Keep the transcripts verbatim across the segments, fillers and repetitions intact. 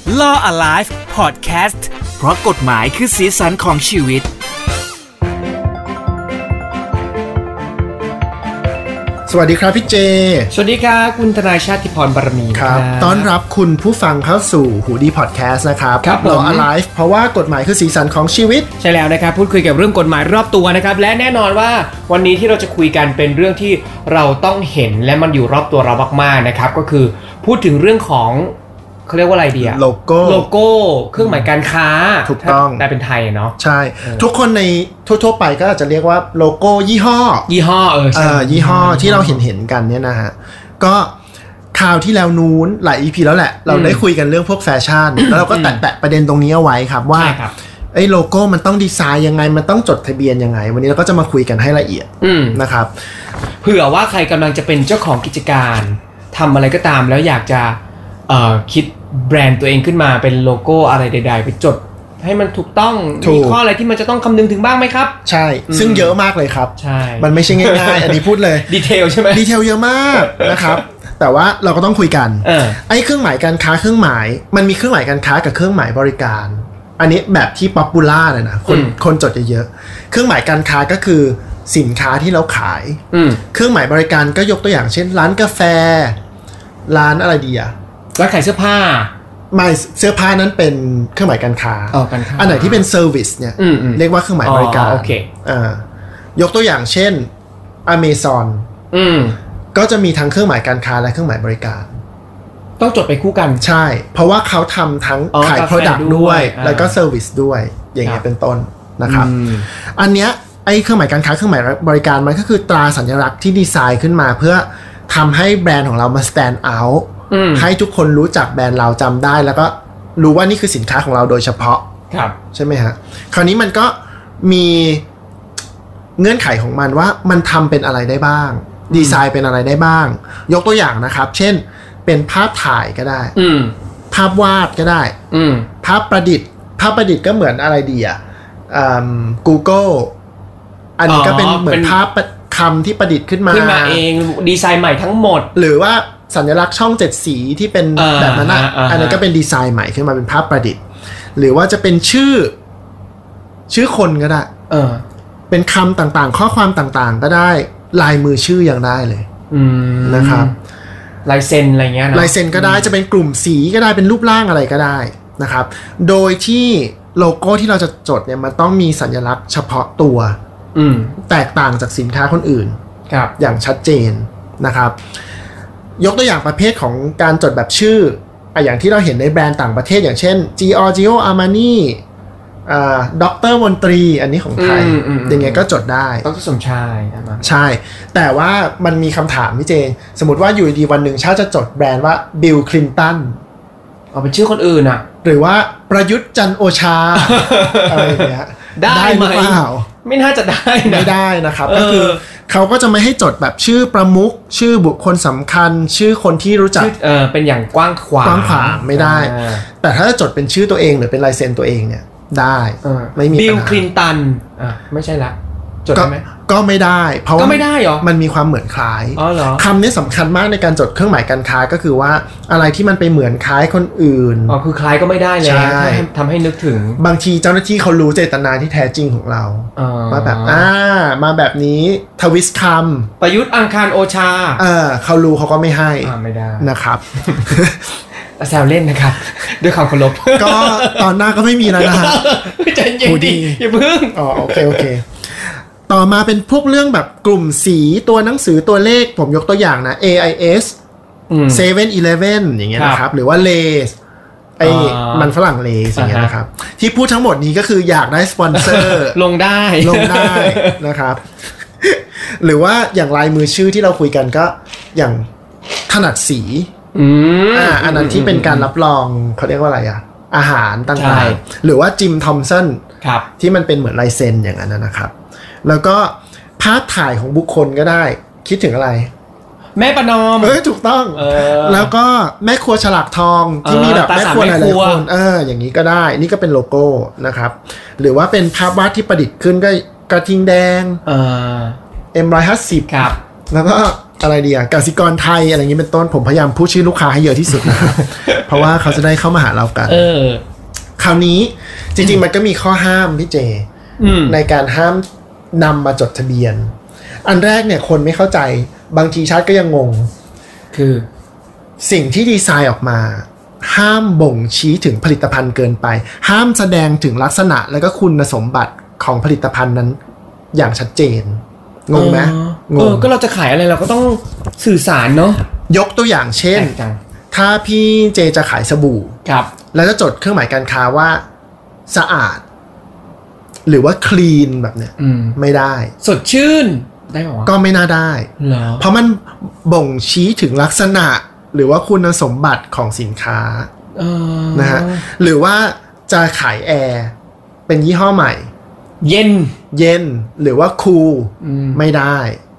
Law Alive Podcast เพราะกฎหมายคือสีสันของชีวิตสวัสดีครับพี่เจสวัสดีครับคุณทนายชาติพรบารมีครับต้อนรับคุณผู้ฟังเข้าสู่หูดีพอดแคสต์นะครับครับ Law Alive เพราะว่ากฎหมายคือสีสันของชีวิตใช่แล้วนะครับพูดคุยกับเรื่องกฎหมายรอบตัวนะครับและแน่นอนว่าวันนี้ที่เราจะคุยกันเป็นเรื่องที่เราต้องเห็นและมันอยู่รอบตัวเรามากๆนะครับก็คือพูดถึงเรื่องของเขาเรียกว่าอะไรดีอะโลโก้โลโก้เครื่องหมายการค้าถูกต้องแต่เป็นไทยเนาะใช่ทุกคนในทั่วๆไปก็อาจจะเรียกว่าโลโก้ยี่ห้อยี่ห้อเออใช่ยี่ห้อที่เราเห็นเห็นกันเนี่ยนะฮะก็คราวที่แล้วนู้นหลาย อี พี แล้วแหละเราได้คุยกันเรื่องพวกแฟชั่นแล้วเราก็แตะๆประเด็นตรงนี้เอาไว้ครับว่าไอ้โลโก้มันต้องดีไซน์ยังไงมันต้องจดทะเบียนยังไงวันนี้เราก็จะมาคุยกันให้ละเอียดนะครับเผื่อว่าใครกำลังจะเป็นเจ้าของกิจการทำอะไรก็ตามแล้วอยากจะเอ่อคิดแบรนด์ตัวเองขึ้นมาเป็นโลโก้อะไรใดๆไปจดให้มันถูกต้องมีข้ออะไรที่มันจะต้องคำนึงถึงบ้างไหมครับใช่ซึ่งเยอะมากเลยครับใช่มันไม่ใช่ง่ายๆอันนี้พูดเลยดีเทลใช่ไหมดีเทลเยอะมากนะครับแต่ว่าเราก็ต้องคุยกันไอ้เครื่องหมายการค้าเครื่องหมายมันมีเครื่องหมายการค้ากับเครื่องหมายบริการอันนี้แบบที่ป๊อปปูล่าเลยนะคนคนจดเยอะๆเครื่องหมายการค้าก็คือสินค้าที่เราขายเครื่องหมายบริการก็ยกตัวอย่างเช่นร้านกาแฟร้านอะไรดีอะร้านขายเสื้อผ้าไม่เสื้อผ้านั้นเป็นเครื่องหมายการค้าอ๋อการค้าอันไหนที่เป็นเซอร์วิสเนี่ยเรียกว่าเครื่องหมายบริการโอเคอ่ายกตัวอย่างเช่น Amazon อืมก็จะมีทั้งเครื่องหมายการค้าและเครื่องหมายบริการต้องจดไปคู่กันใช่เพราะว่าเขาทำทั้งขาย product ด้วยแล้วก็เซอร์วิสด้วยอย่างเงี้ยเป็นต้นนะครับอันเนี้ยไอ้เครื่องหมายการค้าเครื่องหมายบริการมันก็คือตราสัญลักษณ์ที่ดีไซน์ขึ้นมาเพื่อทำให้แบรนด์ของเรามา stand outให้ทุกคนรู้จักแบรนด์เราจำได้แล้วก็รู้ว่านี่คือสินค้าของเราโดยเฉพาะครับใช่ไหมฮะคราวนี้มันก็มีเงื่อนไขของมันว่ามันทำเป็นอะไรได้บ้างดีไซน์เป็นอะไรได้บ้างยกตัวอย่างนะครับเช่นเป็นภาพถ่ายก็ได้ภาพวาดก็ได้ภาพประดิษฐ์ภาพประดิษฐ์ก็เหมือนอะไรดีอ่ะ Google อันนี้ก็เป็นเหมือนภาพคำที่ประดิษฐ์ขึ้นมาขึ้นมาเองดีไซน์ใหม่ทั้งหมดหรือว่าสัญลักษณ์ช่องเจ็ดสีที่เป็นแบบนั้นอ่ะอันนั้นก็เป็นดีไซน์ใหม่ขึ้นมาเป็นภาพประดิษฐ์หรือว่าจะเป็นชื่อชื่อคนก็ได้เออเป็นคำต่างๆข้อความต่างๆก็ได้ลายมือชื่อยังได้เลยนะครับลายเซ็นอะไรเงี้ยนะลายเซ็นก็ได้จะเป็นกลุ่มสีก็ได้เป็นรูปร่างอะไรก็ได้นะครับโดยที่โลโก้ที่เราจะจดเนี่ยมันต้องมีสัญลักษณ์เฉพาะตัวแตกต่างจากสินค้าคนอื่นอย่างชัดเจนนะครับยกตัวอย่างประเภทของการจดแบบชื่ออ่ะอย่างที่เราเห็นในแบรนด์ต่างประเทศอย่างเช่น Giorgio Armani อ่าด็อกเตอร์มนตรีอันนี้ของไทยอย่างเงี้ยก็จดได้ดร.สมชายใช่แต่ว่ามันมีคำถามพี่เจสมมติว่าอยู่ดีวันหนึ่งชาติจะจดแบรนด์ว่าบิลคลินตันเอาเป็นชื่อคนอื่นอ่ะหรือว่าประยุทธ์จันทร์โอชาอะไรอย่างเงี้ยได้ไหมไม่น่าจะได้นะไม่ได้นะครับก็คือเขาก็จะไม่ให้จดแบบชื่อประมุขชื่อบุคคลสำคัญชื่อคนที่รู้จักเออเป็นอย่างกว้างขวางกว้างขวางไม่ได้แต่ถ้าจะจดเป็นชื่อตัวเองหรือเป็นลายเซ็นตัวเองเนี่ยได้ไม่มีบิลคลินตันอ่ะไม่ใช่ละจดได้ไหมก็ไม่ได้เพราะก็ไม่ได้หรอมันมีความเหมือนคล้ายอ๋อเหรอคำนี้สำคัญมากในการจดเครื่องหมายการค้าก็คือว่าอะไรที่มันไปเหมือนคล้ายคนอื่นอ๋อคือคล้ายก็ไม่ได้เลยทำให้นึกถึงบางทีเจ้าหน้าที่เขารู้เจตนาที่แท้จริงของเราว่าแบบอ่ามาแบบนี้ทวิสต์คำประยุทธ์อังคารโอชาเออเขารู้เขาก็ไม่ให้อ่าไม่ได้นะครับแซวเล่นนะครับด้วยความเคารพก็ตอนหน้าก็ไม่มีแล้วนะฮะใจเย็นดิอย่าเพิ่งอ๋อโอเคโอเคต่อมาเป็นพวกเรื่องแบบกลุ่มสีตัวหนังสือตัวเลขผมยกตัวอย่างนะ เอ ไอ เอส เซเว่น อีเลฟเว่น อย่างเงี้ยนะครับหรือว่า Lays ไอ้มันฝรั่ง Lays อย่างเงี้ยนะครับที่พูดทั้งหมดนี้ก็คืออยากได้สปอนเซอร์ลงได้ลงได้นะครับหรือว่าอย่างลายมือชื่อที่เราคุยกันก็อย่างถนัดสีอ่าอันนั้นที่เป็นการรับรองเขาเรียกว่าอะไรอ่ะอาหารต่างๆหรือว่าจิมทอมสันที่มันเป็นเหมือนลายเซ็นอย่างนั้นนะครับแล้วก็ภาพถ่ายของบุคคลก็ได้คิดถึงอะไรแม่ประนอมเออถูกต้องแล้วก็แม่ครัวฉลากทองที่มีแบบแม่ครัวหลายๆคนเอออย่างนี้ก็ได้นี่ก็เป็นโลโก้นะครับหรือว่าเป็นภาพวาดที่ประดิษฐ์ขึ้นก็กระทิงแดงเอ่อ เอ็ม หนึ่งร้อยห้าสิบครับแล้วก็อะไรดีอะกสิกรไทยอะไรอย่างนี้เป็นต้นผมพยายามพูดชื่อลูกค้าให้เยอะที่สุดนะครับ เพราะว่าเขาจะได้เข้ามาหาเรากันเออคราวนี้จริงๆมันก็มีข้อห้ามพี่เจในการห้ามนำมาจดทะเบียนอันแรกเนี่ยคนไม่เข้าใจบางทีชาติก็ยังงงคือสิ่งที่ดีไซน์ออกมาห้ามบ่งชี้ถึงผลิตภัณฑ์เกินไปห้ามแสดงถึงลักษณะและก็คุณสมบัติของผลิตภัณฑ์นั้นอย่างชัดเจนงงไหมงงก็เราจะขายอะไรเราก็ต้องสื่อสารเนาะยกตัวอย่างเช่นถ้าพี่เจจะขายสบู่ครับแล้วจะจดเครื่องหมายการค้าว่าสะอาดหรือว่าคลีนแบบเนี้ยไม่ได้สดชื่นได้หรอก็ไม่น่าได้เพราะมันบ่งชี้ถึงลักษณะหรือว่าคุณสมบัติของสินค้านะฮะหรือว่าจะขายแอร์เป็นยี่ห้อใหม่เย็นเย็นหรือว่าคูลไม่ได้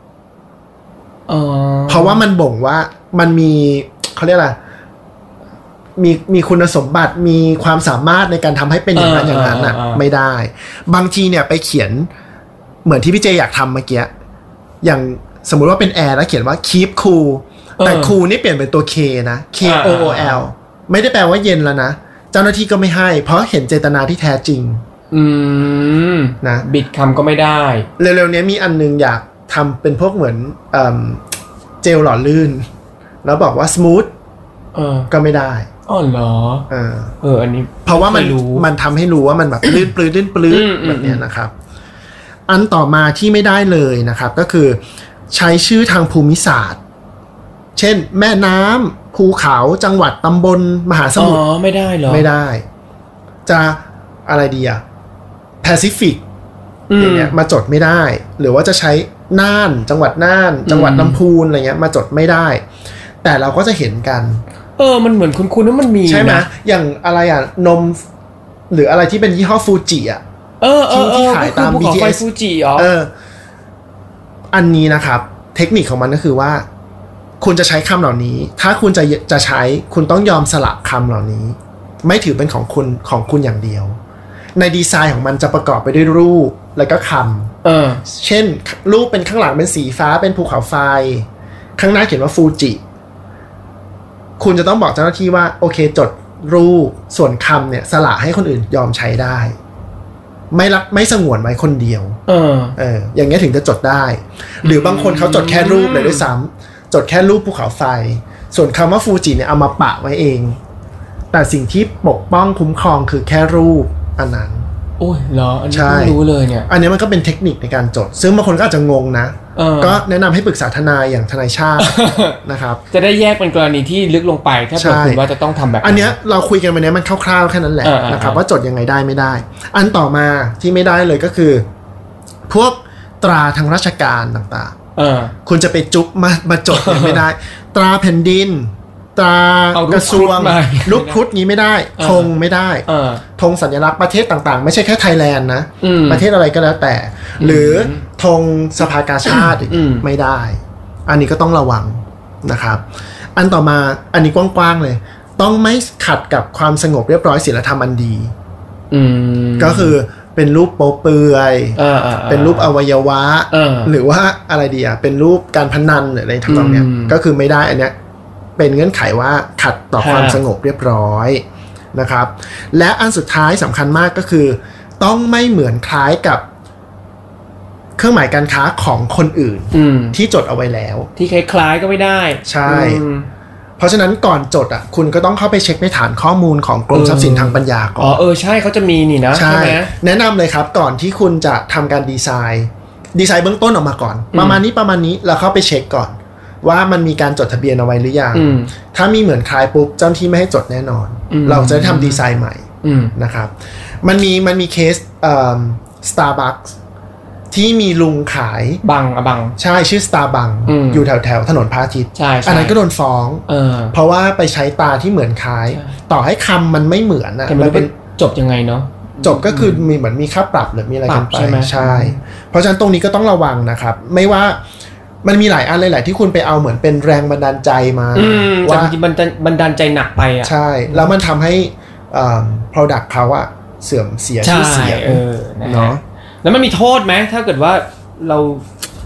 เพราะว่ามันบ่งว่ามันมีเขาเรียกอะไรมีมีคุณสมบัติมีความสามารถในการทำให้เป็นอย่างนั้นอย่างนั้นอ่ะไม่ได้บางทีเนี่ยไปเขียนเหมือนที่พี่เจอยากทำเมื่อกี้อย่างสมมุติว่าเป็นแอร์แล้วเขียนว่า keep cool แต่ cool นี่เปลี่ยนเป็นตัว K นะ K O O L ไม่ได้แปลว่าเย็นแล้วนะเจ้าหน้าที่ก็ไม่ให้เพราะเห็นเจตนาที่แท้จริงอืมนะบิดคำก็ไม่ได้เร็วๆนี้มีอันนึงอยากทำเป็นพวกเหมือนเอ่อเจลหล่อลื่นแล้วบอกว่า smooth เออก็ไม่ได้อ๋อเหรอเออเอออันนี้เพราะว่ามันมันทำให้รู้ว่ามันแบบลื่นปลื้ดลื่นปลื้ดแบบนี้นะครับอันต่อมาที่ไม่ได้เลยนะครับก็คือใช้ชื่อทางภูมิศาสตร์เช่นแม่น้ำภูเขาจังหวัดตำบลมหาสมุทรอ๋อไม่ได้เหรอไม่ได้จะอะไรดีอะแปซิฟิกอย่างเงี้ยมาจดไม่ได้หรือว่าจะใช้น่านจังหวัดน่านจังหวัดลำพูนอะไรเงี้ยมาจดไม่ได้แต่เราก็จะเห็นกันเออมันเหมือนคุณๆว่ามันมีใช่ไหมอย่างอะไรอ่ะนมหรืออะไรที่เป็นยี่ห้อฟูจิอ่ะเออเออที่ขายตามบี ที เอส ฟูจิอ๋อเอออันนี้นะครับเทคนิคของมันก็คือว่าคุณจะใช้คำเหล่านี้ถ้าคุณจะจะใช้คุณต้องยอมสละคำเหล่านี้ไม่ถือเป็นของคุณของคุณอย่างเดียวในดีไซน์ของมันจะประกอบไปด้วยรูปแล้วก็คำเออเช่นรูปเป็นข้างหลังเป็นสีฟ้าเป็นภูเขาไฟข้างหน้าเขียนว่าฟูจิคุณจะต้องบอกเจ้าหน้าที่ว่าโอเคจดรูปส่วนคำเนี่ยสละให้คนอื่นยอมใช้ได้ไม่รักไม่สงวนไว้คนเดียวเออเอออย่างเงี้ยถึงจะจดได้หรือบางคนเขาจดแค่รูปเลยด้วยซ้ำจดแค่รูปภูเขาไฟส่วนคำว่าฟูจิเนี่ยเอามาปะไว้เองแต่สิ่งที่ปกป้องคุ้มครองคือแค่รูปอันนั้นโอ้ยเหรออันนี้ไม่รู้เลยเนี่ยอันนี้มันก็เป็นเทคนิคในการจดซึ่งบางคนก็อาจจะงงนะก็แนะนำให้ปรึกษาทนายอย่างทนายชาตินะครับจะได้แยกเป็นกรณีที่ลึกลงไปถ้าเกิดคุณว่าจะต้องทำแบบอันนี้เราคุยกันวันนี้มันคร่าวๆแค่นั้นแหละนะครับว่าจดยังไงได้ไม่ได้อันต่อมาที่ไม่ได้เลยก็คือพวกตราทางราชการต่างๆคุณจะไปจุ๊บมามาจดยังไม่ได้ตราแผ่นดินตรากระทรวงลูกครุฑนี้ไม่ได้ธงไม่ได้ธงสัญลักษณ์ประเทศต่างๆไม่ใช่แค่ไทยแลนด์นะประเทศอะไรก็แล้วแต่หรือธงสภากาชาติไม่ได้อันนี้ก็ต้องระวังนะครับอันต่อมาอันนี้กว้างๆเลยต้องไม่ขัดกับความสงบเรียบร้อยศีลธรรมอันดีก็คือเป็นรูปโป๊เปลือยเป็นรูปอวัยวะหรือว่าอะไรดีอ่ะเป็นรูปการพนันหรืออะไรทั้งหมดเนี่ยก็คือไม่ได้อันเนี้ยเป็นเงื่อนไขว่าขัดต่อความสงบเรียบร้อยนะครับและอันสุดท้ายสำคัญมากก็คือต้องไม่เหมือนคล้ายกับเครื่องหมายการค้าของคนอื่นที่จดเอาไว้แล้วที่คล้ายๆก็ไม่ได้ใช่เพราะฉะนั้นก่อนจดอ่ะคุณก็ต้องเข้าไปเช็คในฐานข้อมูลของกรมทรัพย์สินทางปัญญาก่อนอ๋อเออใช่เขาจะมีนี่นะใช่ไหมแนะนำเลยครับก่อนที่คุณจะทำการดีไซน์ดีไซน์เบื้องต้นออกมาก่อนประมาณนี้ประมาณนี้แล้วเข้าไปเช็คก่อนว่ามันมีการจดทะเบียนเอาไว้หรือยังถ้ามีเหมือนคล้ายปุ๊บเจ้าหน้าที่ไม่ให้จดแน่นอนเราจะได้ทำดีไซน์ใหม่นะครับมันมีมันมีเคสเอ่อ Starbucks ที่มีลุงขายบังอะบังใช่ชื่อ Starbucks อยู่แถวแถวถนนพระอาทิตย์อันนั้นก็โดนฟ้องเพราะว่าไปใช้ตาที่เหมือนคล้ายต่อให้คำมันไม่เหมือนอะมันเป็นจบยังไงเนาะจบก็คือมีเหมือนมีค่าปรับหรือมีอะไรกันไปใช่เพราะฉะนั้นตรงนี้ก็ต้องระวังนะครับไม่ว่ามันมีหลายอันเลยแหละที่คุณไปเอาเหมือนเป็นแรงบันดาลใจมาว่าบันดาลใจหนักไปอ่ะใช่แล้วมันทำให้อ่า product เขาอะเสื่อมเสียชื่อเสียงเนาะแล้วมันมีโทษไหมถ้าเกิดว่าเรา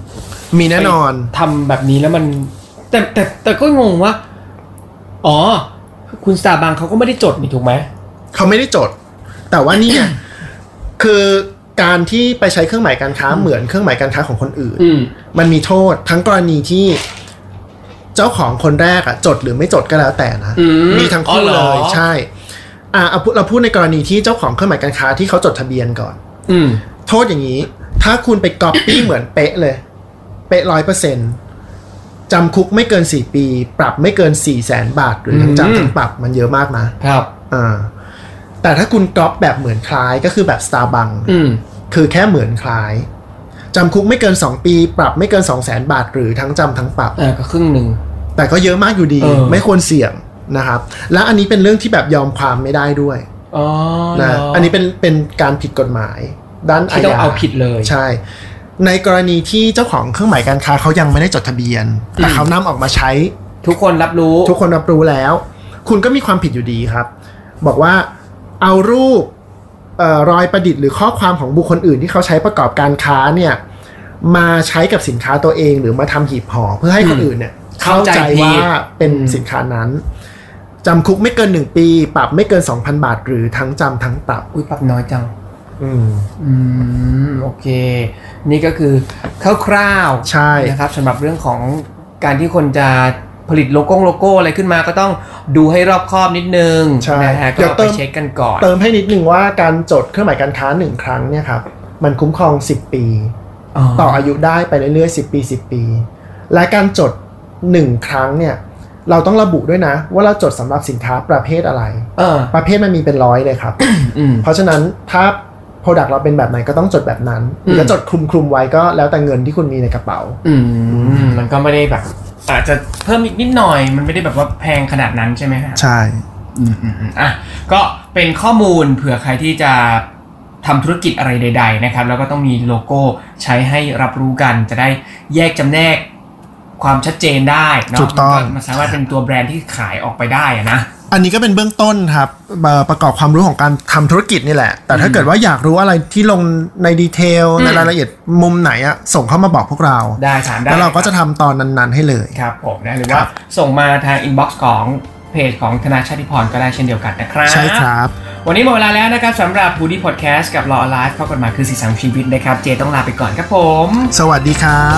มีแน่นอนทำแบบนี้แล้วมันแต่แต่แต่ก็งงว่าอ๋อคุณสตาร์บัคเขาก็ไม่ได้จดนี่ถูกไหมเขาไม่ได้จดแต่ว่านี่ คือการที่ไปใช้เครื่องหมายการค้าเหมือนเครื่องหมายการค้าของคนอื่นมันมีโทษทั้งกรณีที่เจ้าของคนแรกอะจดหรือไม่จดก็แล้วแต่นะม, มีทั้งคู่เลยใช่อ่าเราพูดในกรณีที่เจ้าของเครื่องหมายการค้าที่เขาจดทะเบียนก่อนโทษอย่างนี้ถ้าคุณไปก๊อปปี้เหมือนเป๊ะเลยเป๊ะร้อยเปอร์เซ็นต์จำคุกไม่เกินสี่ปีปรับไม่เกินสี่แสนบาทหรือทั้งจำทั้งปรับมันเยอะมากนะครับอ่าแต่ถ้าคุณก๊อปแบบเหมือนคล้ายก็คือแบบ Starbucks คือแค่เหมือนคล้ายจำคุกไม่เกินสองปีปรับไม่เกิน สองแสนบาทหรือทั้งจำทั้งปรับอ่าก็ครึ่งนึงแต่ก็เยอะมากอยู่ดีไม่ควรเสี่ยงนะครับและอันนี้เป็นเรื่องที่แบบยอมความไม่ได้ด้วยอ๋อนะอันนี้เป็นเป็นการผิดกฎหมายด้านอาญาที่ต้องเอาผิดเลยใช่ในกรณีที่เจ้าของเครื่องหมายการค้าเขายังไม่ได้จดทะเบียนแต่เขานำออกมาใช้ทุกคนรับรู้ทุกคนรับรู้แล้วคุณก็มีความผิดอยู่ดีครับบอกว่าเอารูปเอ่อรอยประดิษฐ์หรือข้อความของบุคคลอื่นที่เขาใช้ประกอบการค้าเนี่ยมาใช้กับสินค้าตัวเองหรือมาทำหีบห่อเพื่อให้คนอื่นเนี่ยเข้าใจว่าเป็นสินค้านั้นจำคุกไม่เกินหนึ่งปีปรับไม่เกิน สองพัน บาทหรือทั้งจำทั้งปรับอุ้ยปรับน้อยจังอืมอืมโอเคนี่ก็คือคร่าวๆใช่นะครับสำหรับเรื่องของการที่คนจะผลิตโลโก้โลโก้อะไรขึ้นมาก็ต้องดูให้รอบคอบนิดนึงนะฮะก็ไปเช็คกันก่อนเติมให้นิดนึงว่าการจดเครื่องหมายการค้าหนึ่งครั้งเนี่ยครับมันคุ้มครองสิบปีต่ออายุได้ไปเรื่อยๆสิบปีสิบปีและการจดหนึ่งครั้งเนี่ยเราต้องระบุด้วยนะว่าเราจดสำหรับสินค้าประเภทอะไรประเภทมันมีเป็นร้อยเลยครับ เพราะฉะนั้นถ้า product เราเป็นแบบไหนก็ต้องจดแบบนั้นหรือจะจดคลุมๆไว้ก็แล้วแต่เงินที่คุณมีในกระเป๋าอืมมันก็ไม่ได้แบบอาจจะเพิ่มอีกนิดหน่อยมันไม่ได้แบบว่าแพงขนาดนั้นใช่ไหมครับใช่อืมอ่ะก็เป็นข้อมูลเผื่อใครที่จะทำธุรกิจอะไรใดๆนะครับแล้วก็ต้องมีโลโก้ใช้ให้รับรู้กันจะได้แยกจำแนกความชัดเจนได้เนาะมันสามารถเป็นตัวแบรนด์ที่ขายออกไปได้นะอันนี้ก็เป็นเบื้องต้นครับประกอบความรู้ของการทำธุรกิจนี่แหละแต่ถ้าเกิดว่าอยากรู้อะไรที่ลงในดีเทลในรายละเอียดมุมไหนอะส่งเข้ามาบอกพวกเราได้ถามได้แล้วเราก็จะทำตอนนั้นๆให้เลยครับผมนะหรือว่าส่งมาทางอินบ็อกซ์ของเพจของธนาชาติพรก็ได้เช่นเดียวกันนะครับใช่ครับวันนี้หมดเวลาแล้วนะครับสำหรับ Woody Podcast กับ Law Alive ข้อกฎหมายคือสีสันชีวิตนะครับเจต้องลาไปก่อนครับผมสวัสดีครับ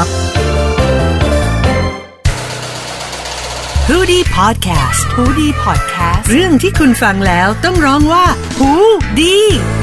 Woody Podcast Woody Podcast เรื่องที่คุณฟังแล้วต้องร้องว่าหูดี